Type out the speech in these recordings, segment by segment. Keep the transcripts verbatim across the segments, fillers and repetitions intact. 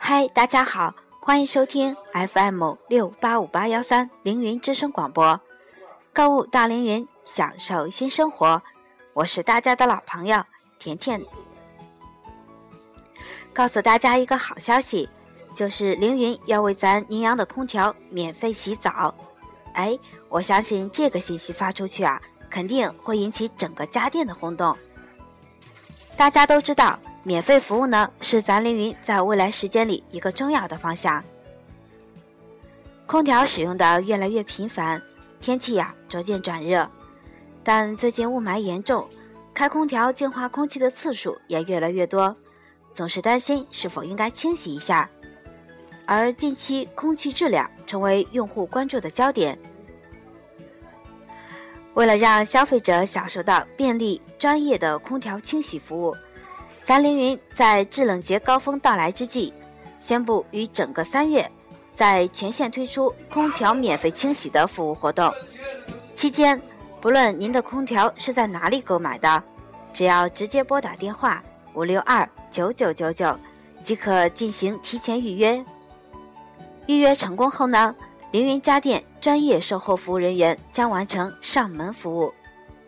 嗨，大家好，欢迎收听 F M 六八五八一三凌云之声广播，购物大凌云，享受新生活。我是大家的老朋友甜甜。告诉大家一个好消息，就是凌云要为咱宁阳的空调免费洗澡。哎，我相信这个信息发出去啊，肯定会引起整个家电的轰动。大家都知道，免费服务呢是咱凌云在未来时间里一个重要的方向。空调使用的越来越频繁，天气呀逐渐转热，但最近雾霾严重，开空调净化空气的次数也越来越多，总是担心是否应该清洗一下。而近期空气质量成为用户关注的焦点。为了让消费者享受到便利专业的空调清洗服务，咱凌云在制冷节高峰到来之际，宣布于整个三月在全线推出空调免费清洗的服务活动。期间，不论您的空调是在哪里购买的，只要直接拨打电话五六二九九九九即可进行提前预约。预约成功后呢，凌云家电专业售后服务人员将完成上门服务。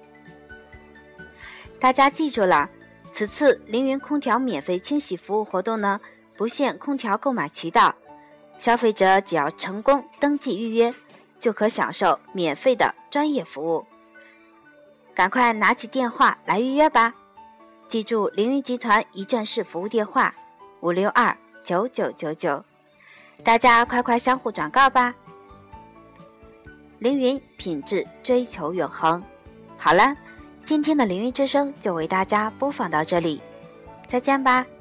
大家记住了，此次凌云空调免费清洗服务活动呢，不限空调购买渠道，消费者只要成功登记预约，就可享受免费的专业服务。赶快拿起电话来预约吧，记住凌云集团一站式服务电话五六二九九九九，大家快快相互转告吧。凌云品质追求永恒。好了，今天的凌云之声就为大家播放到这里，再见吧。